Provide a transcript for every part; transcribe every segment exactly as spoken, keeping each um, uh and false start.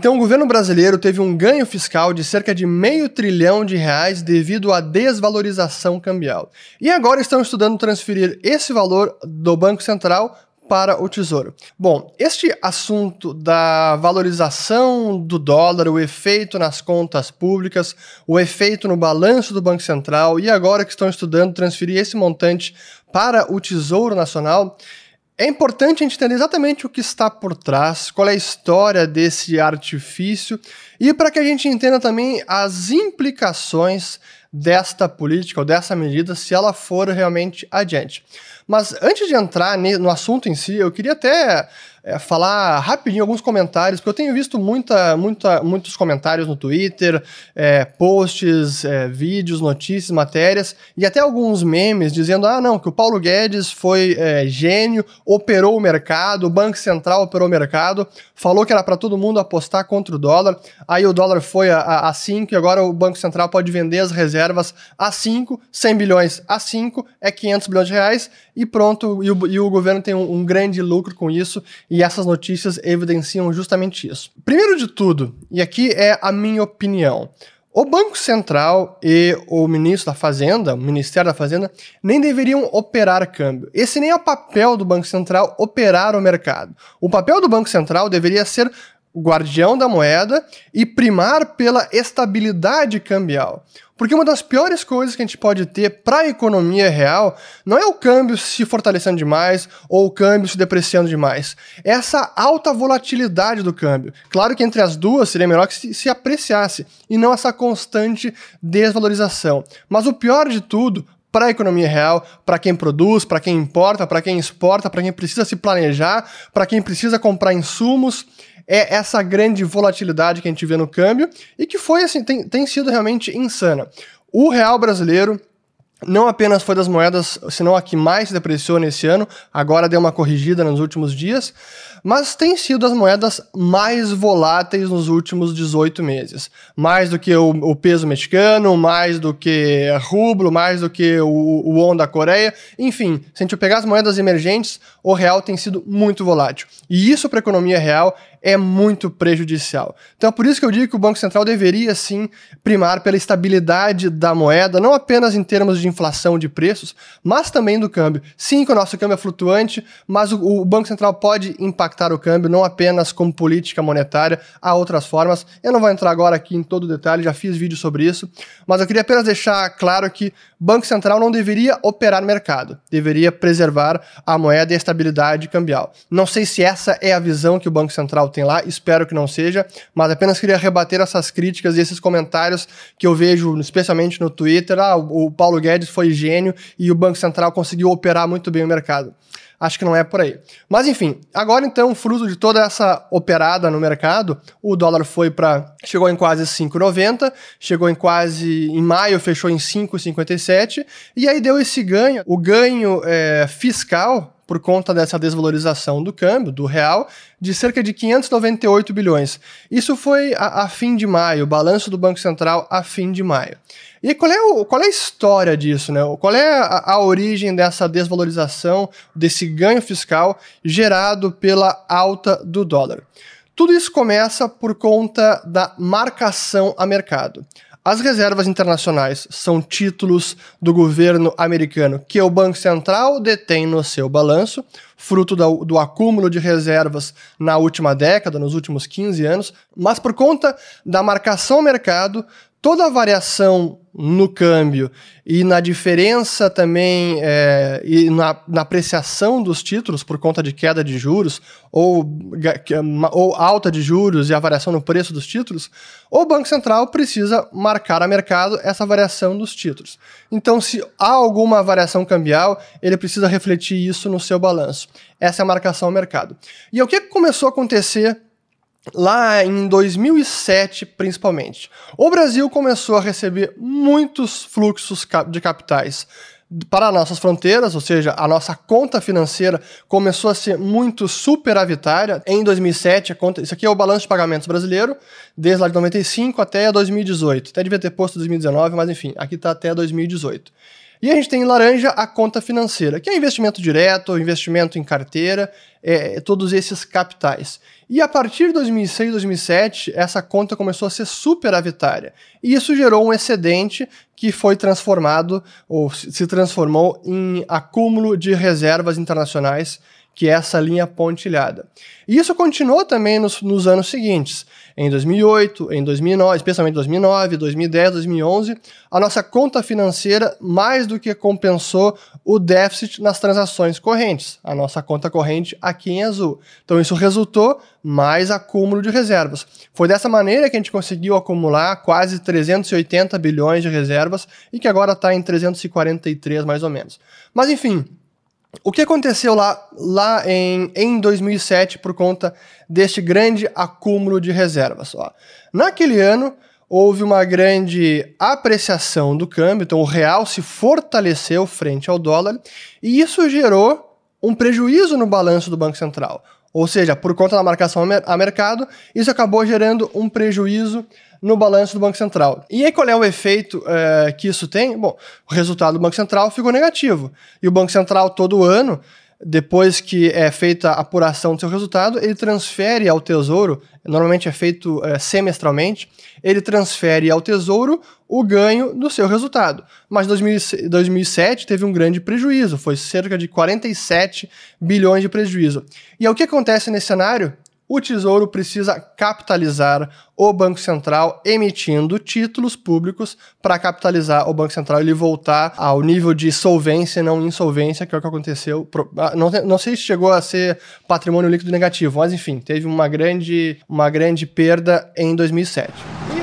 Então o governo brasileiro teve um ganho fiscal de cerca de meio trilhão de reais devido à desvalorização cambial. E agora estão estudando transferir esse valor do Banco Central para o Tesouro. Bom, este assunto da valorização do dólar, o efeito nas contas públicas, o efeito no balanço do Banco Central e agora que estão estudando transferir esse montante para o Tesouro Nacional, é importante a gente entender exatamente o que está por trás, qual é a história desse artifício e para que a gente entenda também as implicações desta política ou dessa medida se ela for realmente adiante. Mas antes de entrar no assunto em si, eu queria até é, falar rapidinho alguns comentários, porque eu tenho visto muita, muita, muitos comentários no Twitter, é, posts, é, vídeos, notícias, matérias, e até alguns memes dizendo, ah não, que o Paulo Guedes foi é, gênio, operou o mercado, o Banco Central operou o mercado, falou que era para todo mundo apostar contra o dólar, aí o dólar foi a, a cinco e agora o Banco Central pode vender as reservas a cinco, cem bilhões a cinco, é quinhentos bilhões de reais, e pronto, e o, e o governo tem um, um grande lucro com isso, e essas notícias evidenciam justamente isso. Primeiro de tudo, e aqui é a minha opinião, o Banco Central e o ministro da Fazenda, o Ministério da Fazenda, nem deveriam operar câmbio. Esse nem é o papel do Banco Central operar o mercado. O papel do Banco Central deveria ser o guardião da moeda e primar pela estabilidade cambial. Porque uma das piores coisas que a gente pode ter para a economia real não é o câmbio se fortalecendo demais ou o câmbio se depreciando demais. É essa alta volatilidade do câmbio. Claro que entre as duas seria melhor que se, se apreciasse e não essa constante desvalorização. Mas o pior de tudo, para a economia real, para quem produz, para quem importa, para quem exporta, para quem precisa se planejar, para quem precisa comprar insumos, é essa grande volatilidade que a gente vê no câmbio e que foi assim, tem, tem sido realmente insana. O real brasileiro não apenas foi das moedas, senão a que mais se depreciou nesse ano, agora deu uma corrigida nos últimos dias, mas tem sido as moedas mais voláteis nos últimos dezoito meses. Mais do que o, o peso mexicano, mais do que rublo, mais do que o, o won da Coreia. Enfim, se a gente pegar as moedas emergentes, o real tem sido muito volátil. E isso para a economia real é muito prejudicial. Então é por isso que eu digo que o Banco Central deveria sim primar pela estabilidade da moeda, não apenas em termos de inflação de preços, mas também do câmbio. Sim, que o nosso câmbio é flutuante, mas o, o Banco Central pode impactar o câmbio não apenas como política monetária, há outras formas. Eu não vou entrar agora aqui em todo o detalhe, já fiz vídeo sobre isso, mas eu queria apenas deixar claro que o Banco Central não deveria operar mercado, deveria preservar a moeda e a estabilidade cambial. Não sei se essa é a visão que o Banco Central tem lá, espero que não seja, mas apenas queria rebater essas críticas e esses comentários que eu vejo, especialmente no Twitter, ah, o Paulo Guedes foi gênio e o Banco Central conseguiu operar muito bem o mercado. Acho que não é por aí. Mas enfim, agora então, fruto de toda essa operada no mercado, o dólar foi para... chegou em quase cinco reais e noventa centavos, chegou em quase... em maio fechou em cinco reais e cinquenta e sete centavos, e aí deu esse ganho, o ganho é, fiscal, por conta dessa desvalorização do câmbio, do real, de cerca de quinhentos e noventa e oito bilhões. Isso foi a, a fim de maio, o balanço do Banco Central a fim de maio. E qual é, o, qual é a história disso, né? Qual é a, a origem dessa desvalorização, desse ganho fiscal gerado pela alta do dólar? Tudo isso começa por conta da marcação a mercado. As reservas internacionais são títulos do governo americano que o Banco Central detém no seu balanço, fruto do, do acúmulo de reservas na última década, nos últimos quinze anos, mas por conta da marcação ao mercado, toda a variação no câmbio e na diferença também é, e na, na apreciação dos títulos por conta de queda de juros ou, ou alta de juros e a variação no preço dos títulos, o Banco Central precisa marcar a mercado essa variação dos títulos. Então, se há alguma variação cambial, ele precisa refletir isso no seu balanço. Essa é a marcação ao mercado. E o que começou a acontecer lá em dois mil e sete, principalmente? O Brasil começou a receber muitos fluxos de capitais para nossas fronteiras, ou seja, a nossa conta financeira começou a ser muito superavitária. Em dois mil e sete, a conta, isso aqui é o balanço de pagamentos brasileiro, desde lá de noventa e cinco até dois mil e dezoito. Até devia ter posto dois mil e dezenove, mas enfim, aqui está até dois mil e dezoito. E a gente tem em laranja a conta financeira, que é investimento direto, investimento em carteira, é, todos esses capitais. E a partir de dois mil e seis, dois mil e sete, essa conta começou a ser superavitária. E isso gerou um excedente que foi transformado, ou se transformou em acúmulo de reservas internacionais, que é essa linha pontilhada. E isso continuou também nos, nos anos seguintes. Em dois mil e oito, em dois mil e nove, especialmente dois mil e nove, dois mil e dez, dois mil e onze, a nossa conta financeira mais do que compensou o déficit nas transações correntes, a nossa conta corrente aqui em azul. Então isso resultou mais acúmulo de reservas. Foi dessa maneira que a gente conseguiu acumular quase trezentos e oitenta bilhões de reservas e que agora está em trezentos e quarenta e três mais ou menos. Mas enfim, o que aconteceu lá, lá em, em dois mil e sete por conta deste grande acúmulo de reservas? Ó, naquele ano, houve uma grande apreciação do câmbio, então o real se fortaleceu frente ao dólar, e isso gerou um prejuízo no balanço do Banco Central. Ou seja, por conta da marcação a mercado, isso acabou gerando um prejuízo no balanço do Banco Central. E aí qual é o efeito é, que isso tem? Bom, o resultado do Banco Central ficou negativo. E o Banco Central todo ano, depois que é feita a apuração do seu resultado, ele transfere ao Tesouro, normalmente é feito é, semestralmente, ele transfere ao Tesouro o ganho do seu resultado. Mas dois mil e sete teve um grande prejuízo, foi cerca de quarenta e sete bilhões de prejuízo. E aí, o que acontece nesse cenário? O Tesouro precisa capitalizar o Banco Central emitindo títulos públicos para capitalizar o Banco Central e ele voltar ao nível de solvência e não insolvência, que é o que aconteceu. Não, não sei se chegou a ser patrimônio líquido negativo, mas enfim, teve uma grande, uma grande perda em dois mil e sete.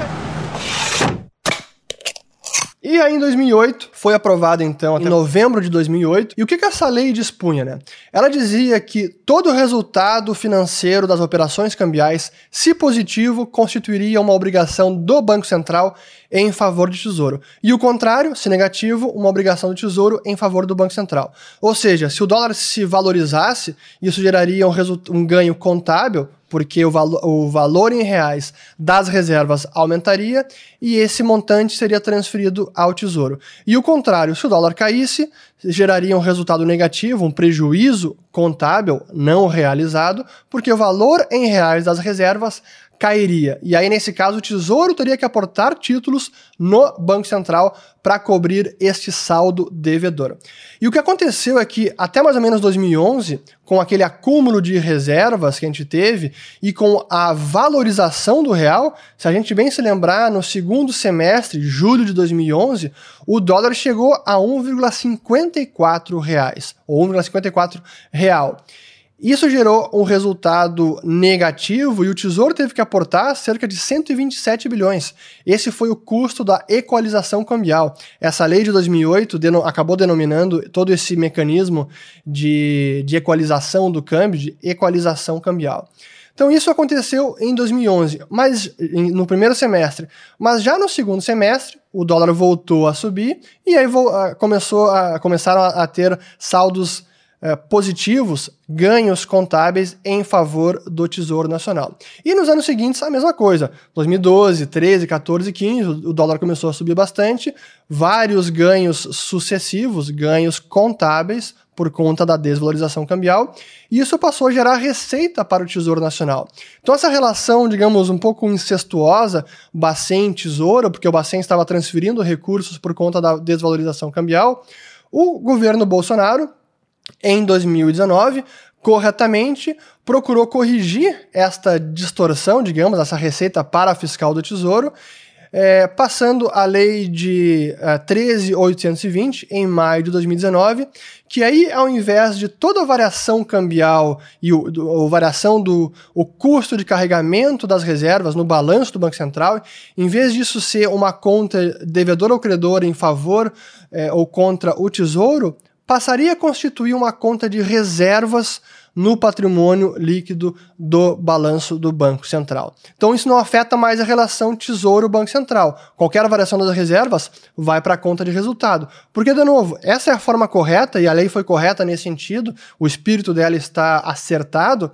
E aí, em dois mil e oito, foi aprovada, então, em novembro de dois mil e oito. E o que, que essa lei dispunha, né? Ela dizia que todo o resultado financeiro das operações cambiais, se positivo, constituiria uma obrigação do Banco Central em favor do Tesouro. E o contrário, se negativo, uma obrigação do Tesouro em favor do Banco Central. Ou seja, se o dólar se valorizasse, isso geraria um, um ganho contábil, porque o, valo, o valor em reais das reservas aumentaria e esse montante seria transferido ao Tesouro. E o contrário, se o dólar caísse, geraria um resultado negativo, um prejuízo contábil não realizado, porque o valor em reais das reservas cairia. E aí, nesse caso, o Tesouro teria que aportar títulos no Banco Central para cobrir este saldo devedor. E o que aconteceu é que, até mais ou menos dois mil e onze, com aquele acúmulo de reservas que a gente teve e com a valorização do real, se a gente bem se lembrar, no segundo semestre, julho de dois mil e onze, o dólar chegou a um vírgula cinquenta e quatro reais, ou um vírgula cinquenta e quatro real. Isso gerou um resultado negativo e o Tesouro teve que aportar cerca de cento e vinte e sete bilhões. Esse foi o custo da equalização cambial. Essa lei de dois mil e oito deno- acabou denominando todo esse mecanismo de, de equalização do câmbio, de equalização cambial. Então isso aconteceu em dois mil e onze, mas, no primeiro semestre. Mas já no segundo semestre, o dólar voltou a subir e aí vo- a, começou a, começaram a, a ter saldos É, positivos, ganhos contábeis em favor do Tesouro Nacional. E nos anos seguintes a mesma coisa, dois mil e doze, treze, quatorze, quinze, o dólar começou a subir bastante, vários ganhos sucessivos, ganhos contábeis por conta da desvalorização cambial, e isso passou a gerar receita para o Tesouro Nacional. Então essa relação, digamos, um pouco incestuosa, Bacen-Tesouro, porque o Bacen estava transferindo recursos por conta da desvalorização cambial, o governo Bolsonaro, em dois mil e dezenove, corretamente, procurou corrigir esta distorção, digamos, essa receita parafiscal do Tesouro, é, passando a lei de é, treze mil oitocentos e vinte, em maio de dois mil e dezenove, que aí, ao invés de toda a variação cambial e o, do, a variação do o custo de carregamento das reservas no balanço do Banco Central, em vez disso ser uma conta devedor ou credor em favor é, ou contra o Tesouro, passaria a constituir uma conta de reservas no patrimônio líquido do balanço do Banco Central. Então isso não afeta mais a relação Tesouro-Banco Central. Qualquer variação das reservas vai para a conta de resultado. Porque, de novo, essa é a forma correta, e a lei foi correta nesse sentido, o espírito dela está acertado,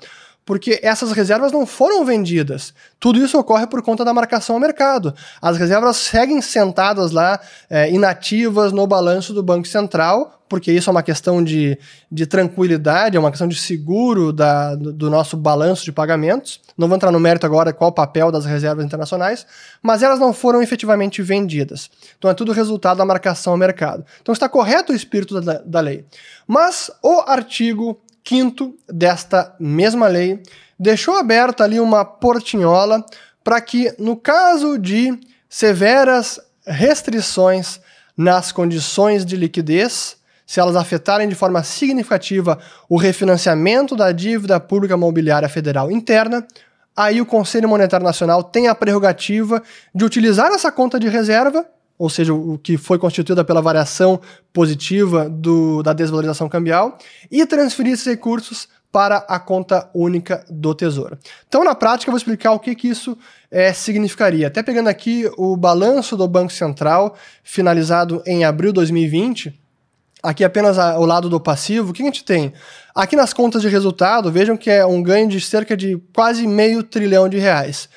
porque essas reservas não foram vendidas. Tudo isso ocorre por conta da marcação ao mercado. As reservas seguem sentadas lá, é, inativas no balanço do Banco Central, porque isso é uma questão de, de tranquilidade, é uma questão de seguro da, do, do nosso balanço de pagamentos. Não vou entrar no mérito agora qual o papel das reservas internacionais, mas elas não foram efetivamente vendidas. Então é tudo resultado da marcação ao mercado. Então está correto o espírito da, da lei. Mas o artigo quinto desta mesma lei deixou aberta ali uma portinhola para que, no caso de severas restrições nas condições de liquidez, se elas afetarem de forma significativa o refinanciamento da dívida pública mobiliária federal interna, aí o Conselho Monetário Nacional tem a prerrogativa de utilizar essa conta de reserva, ou seja, o que foi constituída pela variação positiva do, da desvalorização cambial, e transferir esses recursos para a conta única do Tesouro. Então, na prática, eu vou explicar o que, que isso é, significaria. Até pegando aqui o balanço do Banco Central, finalizado em abril de dois mil e vinte, aqui apenas a, o lado do passivo, o que a gente tem? Aqui nas contas de resultado, vejam que é um ganho de cerca de quase meio trilhão de reais.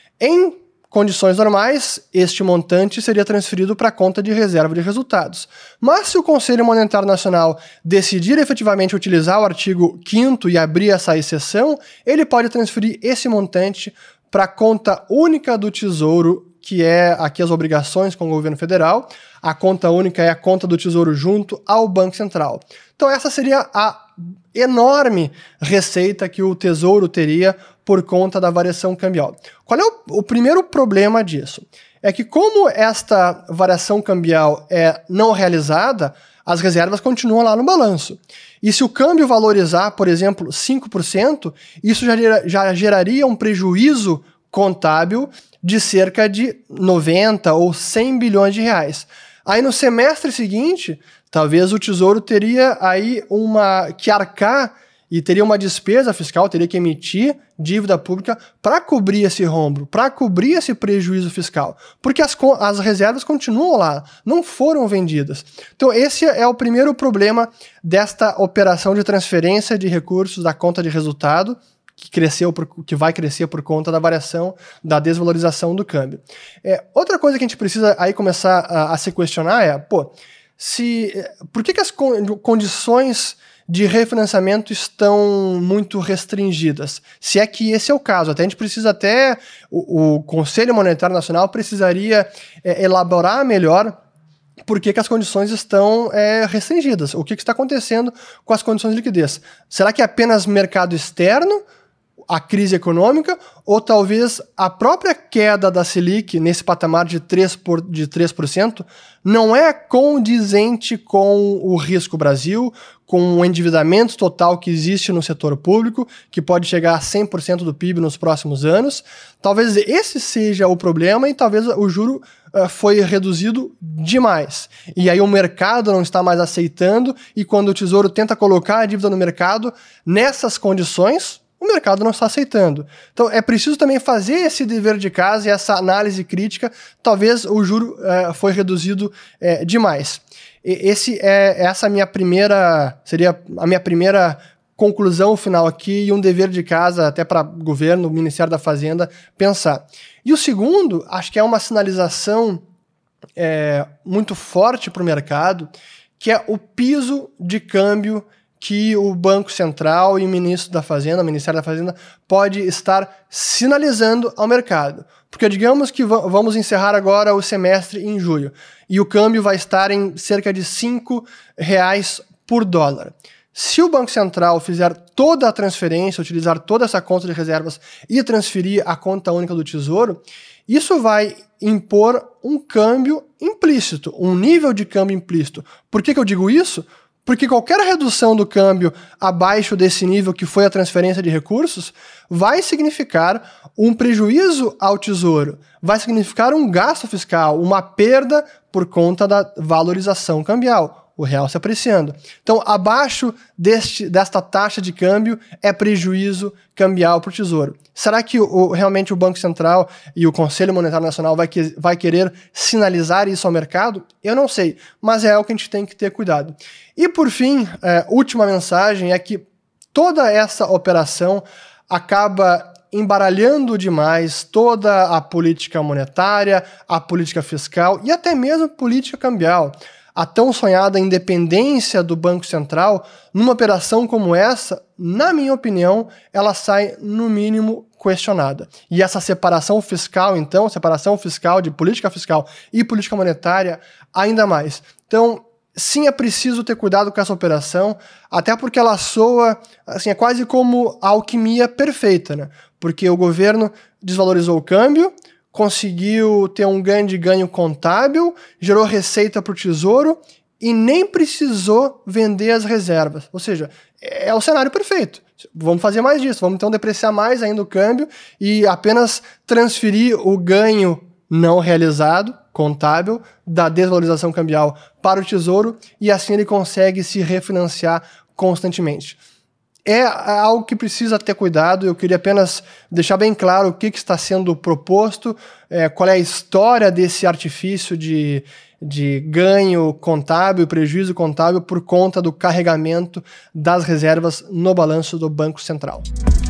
Em condições normais, este montante seria transferido para a conta de reserva de resultados. Mas se o Conselho Monetário Nacional decidir efetivamente utilizar o artigo quinto e abrir essa exceção, ele pode transferir esse montante para a conta única do Tesouro, que é aqui as obrigações com o governo federal. A conta única é a conta do Tesouro junto ao Banco Central. Então essa seria a enorme receita que o Tesouro teria por conta da variação cambial. Qual é o, o primeiro problema disso? É que como esta variação cambial é não realizada, as reservas continuam lá no balanço. E se o câmbio valorizar, por exemplo, cinco por cento, isso já, já geraria um prejuízo contábil de cerca de noventa ou cem bilhões de reais. Aí no semestre seguinte, talvez o Tesouro teria aí uma que arcar e teria uma despesa fiscal, teria que emitir dívida pública para cobrir esse rombo, para cobrir esse prejuízo fiscal, porque as, as reservas continuam lá, não foram vendidas. Então esse é o primeiro problema desta operação de transferência de recursos da conta de resultado, que cresceu por, que vai crescer por conta da variação da desvalorização do câmbio. É, outra coisa que a gente precisa aí começar a, a se questionar é, pô, se, por que, que as con- condições de refinanciamento estão muito restringidas? Se é que esse é o caso, até a gente precisa até, o, o Conselho Monetário Nacional precisaria é, elaborar melhor por que, que as condições estão é, restringidas, o que, que está acontecendo com as condições de liquidez. Será que é apenas mercado externo, a crise econômica, ou talvez a própria queda da Selic nesse patamar de três por cento, de três por cento não é condizente com o risco Brasil, com o endividamento total que existe no setor público, que pode chegar a cem por cento do P I B nos próximos anos. Talvez esse seja o problema e talvez o juro uh, foi reduzido demais. E aí o mercado não está mais aceitando, e quando o Tesouro tenta colocar a dívida no mercado, nessas condições, o mercado não está aceitando. Então é preciso também fazer esse dever de casa e essa análise crítica. Talvez o juro uh, foi reduzido uh, demais. E esse é essa minha primeira seria a minha primeira conclusão final aqui e um dever de casa até para o governo, o Ministério da Fazenda pensar. E o segundo, acho que é uma sinalização é, muito forte para o mercado, que é o piso de câmbio que o Banco Central e o Ministro da Fazenda, o Ministério da Fazenda, pode estar sinalizando ao mercado. Porque digamos que vamos encerrar agora o semestre em julho e o câmbio vai estar em cerca de cinco reais por dólar. Se o Banco Central fizer toda a transferência, utilizar toda essa conta de reservas e transferir a conta única do Tesouro, isso vai impor um câmbio implícito, um nível de câmbio implícito. Por que que eu digo isso? Porque qualquer redução do câmbio abaixo desse nível que foi a transferência de recursos vai significar um prejuízo ao Tesouro, vai significar um gasto fiscal, uma perda por conta da valorização cambial, o real se apreciando. Então, abaixo deste, desta taxa de câmbio é prejuízo cambial para o Tesouro. Será que o, realmente o Banco Central e o Conselho Monetário Nacional vai, que, vai querer sinalizar isso ao mercado? Eu não sei, mas é algo que a gente tem que ter cuidado. E por fim, é, última mensagem é que toda essa operação acaba embaralhando demais toda a política monetária, a política fiscal e até mesmo a política cambial. A tão sonhada independência do Banco Central, numa operação como essa, na minha opinião, ela sai, no mínimo, questionada. E essa separação fiscal, então, separação fiscal de política fiscal e política monetária, ainda mais. Então, sim, é preciso ter cuidado com essa operação, até porque ela soa, assim, é quase como a alquimia perfeita, né? Porque o governo desvalorizou o câmbio, conseguiu ter um grande ganho contábil, gerou receita para o Tesouro e nem precisou vender as reservas. Ou seja, é o cenário perfeito. Vamos fazer mais disso, vamos então depreciar mais ainda o câmbio e apenas transferir o ganho não realizado, contábil, da desvalorização cambial para o Tesouro e assim ele consegue se refinanciar constantemente. É algo que precisa ter cuidado, eu queria apenas deixar bem claro o que, que está sendo proposto, é, qual é a história desse artifício de, de ganho contábil, prejuízo contábil por conta do carregamento das reservas no balanço do Banco Central.